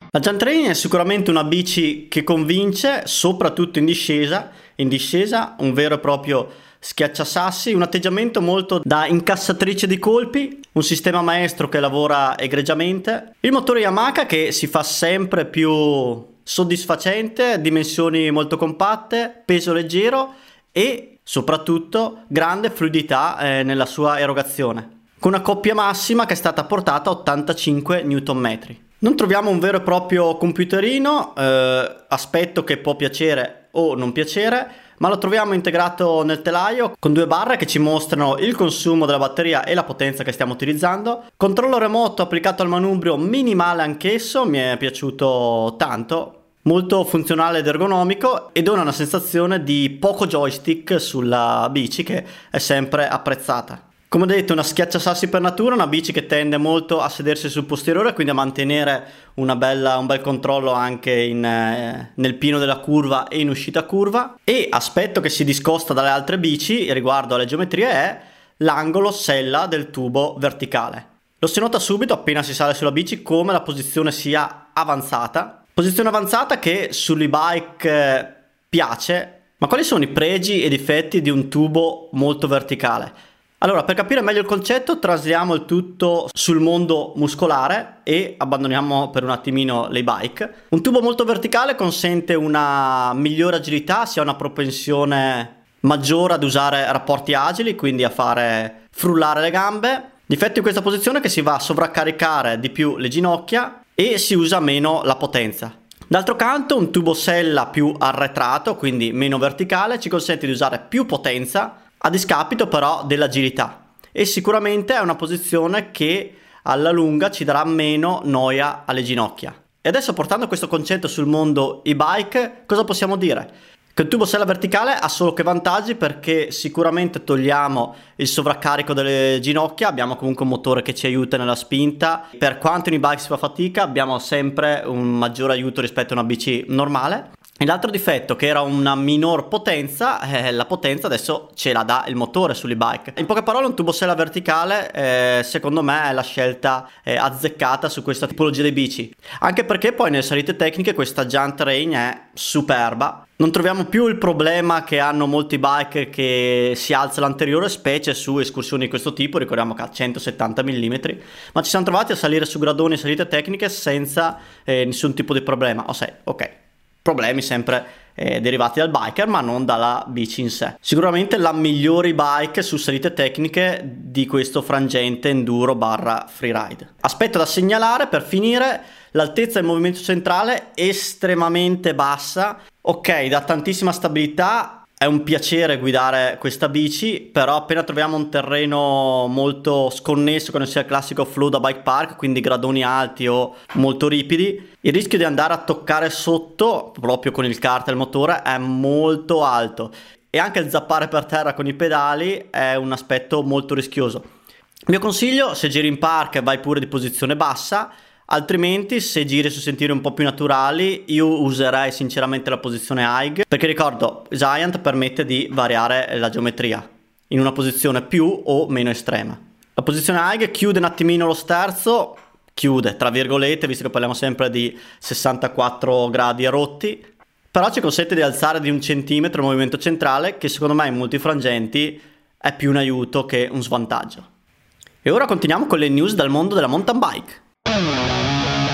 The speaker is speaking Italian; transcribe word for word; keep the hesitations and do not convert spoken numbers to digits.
La Giant Train è sicuramente una bici che convince, soprattutto in discesa. In discesa un vero e proprio schiacciasassi, un atteggiamento molto da incassatrice di colpi, un sistema maestro che lavora egregiamente, il motore Yamaha che si fa sempre più soddisfacente, dimensioni molto compatte, peso leggero e soprattutto grande fluidità eh, nella sua erogazione, con una coppia massima che è stata portata a ottantacinque newton metri. Non troviamo un vero e proprio computerino, eh, aspetto che può piacere o non piacere, ma lo troviamo integrato nel telaio con due barre che ci mostrano il consumo della batteria e la potenza che stiamo utilizzando. Controllo remoto applicato al manubrio minimale anch'esso, mi è piaciuto tanto, molto funzionale ed ergonomico e dona una sensazione di poco joystick sulla bici che è sempre apprezzata. Come detto, una schiacciasassi per natura, una bici che tende molto a sedersi sul posteriore, quindi a mantenere una bella, un bel controllo anche in, eh, nel pieno della curva e in uscita curva. E aspetto che si discosta dalle altre bici riguardo alle geometrie è l'angolo sella del tubo verticale. Lo si nota subito appena si sale sulla bici come la posizione sia avanzata. Posizione avanzata che sull'e-bike eh, piace, ma quali sono i pregi e difetti di un tubo molto verticale? Allora, per capire meglio il concetto, trasliamo il tutto sul mondo muscolare e abbandoniamo per un attimino le bike. Un tubo molto verticale consente una migliore agilità, si ha una propensione maggiore ad usare rapporti agili, quindi a fare frullare le gambe. Difetto in questa posizione è che si va a sovraccaricare di più le ginocchia e si usa meno la potenza. D'altro canto, un tubo sella più arretrato, quindi meno verticale, ci consente di usare più potenza, a discapito però dell'agilità, e sicuramente è una posizione che alla lunga ci darà meno noia alle ginocchia. E adesso, portando questo concetto sul mondo e-bike, cosa possiamo dire? Che il tubo sella verticale ha solo che vantaggi, perché sicuramente togliamo il sovraccarico delle ginocchia, abbiamo comunque un motore che ci aiuta nella spinta. Per quanto in e-bike si fa fatica, abbiamo sempre un maggiore aiuto rispetto a una bici normale. E l'altro difetto, che era una minor potenza, eh, la potenza adesso ce la dà il motore sull'e-bike. In poche parole, un tubo sella verticale eh, secondo me è la scelta eh, azzeccata su questa tipologia di bici, anche perché poi nelle salite tecniche questa Giant Train è superba. Non troviamo più il problema che hanno molti bike che si alza l'anteriore, specie su escursioni di questo tipo, ricordiamo che ha centosettanta millimetri, ma ci siamo trovati a salire su gradoni e salite tecniche senza eh, nessun tipo di problema. O sei, ok, problemi sempre eh, derivati dal biker, ma non dalla bici in sé. Sicuramente la migliore bike su salite tecniche di questo frangente enduro barra freeride. Aspetto da segnalare per finire: l'altezza del movimento centrale estremamente bassa. Ok, dà tantissima stabilità, è un piacere guidare questa bici, però appena troviamo un terreno molto sconnesso, che non sia il classico flow da bike park, quindi gradoni alti o molto ripidi, il rischio di andare a toccare sotto, proprio con il kart e il motore, è molto alto. E anche il zappare per terra con i pedali è un aspetto molto rischioso. Il mio consiglio: se giri in park vai pure di posizione bassa, altrimenti se giri su sentieri un po' più naturali io userei sinceramente la posizione high, perché ricordo, Giant permette di variare la geometria in una posizione più o meno estrema. La posizione high chiude un attimino lo sterzo, chiude tra virgolette, visto che parliamo sempre di sessantaquattro gradi e rotti, però ci consente di alzare di un centimetro il movimento centrale, che secondo me in molti frangenti è più un aiuto che un svantaggio. E ora continuiamo con le news dal mondo della mountain bike.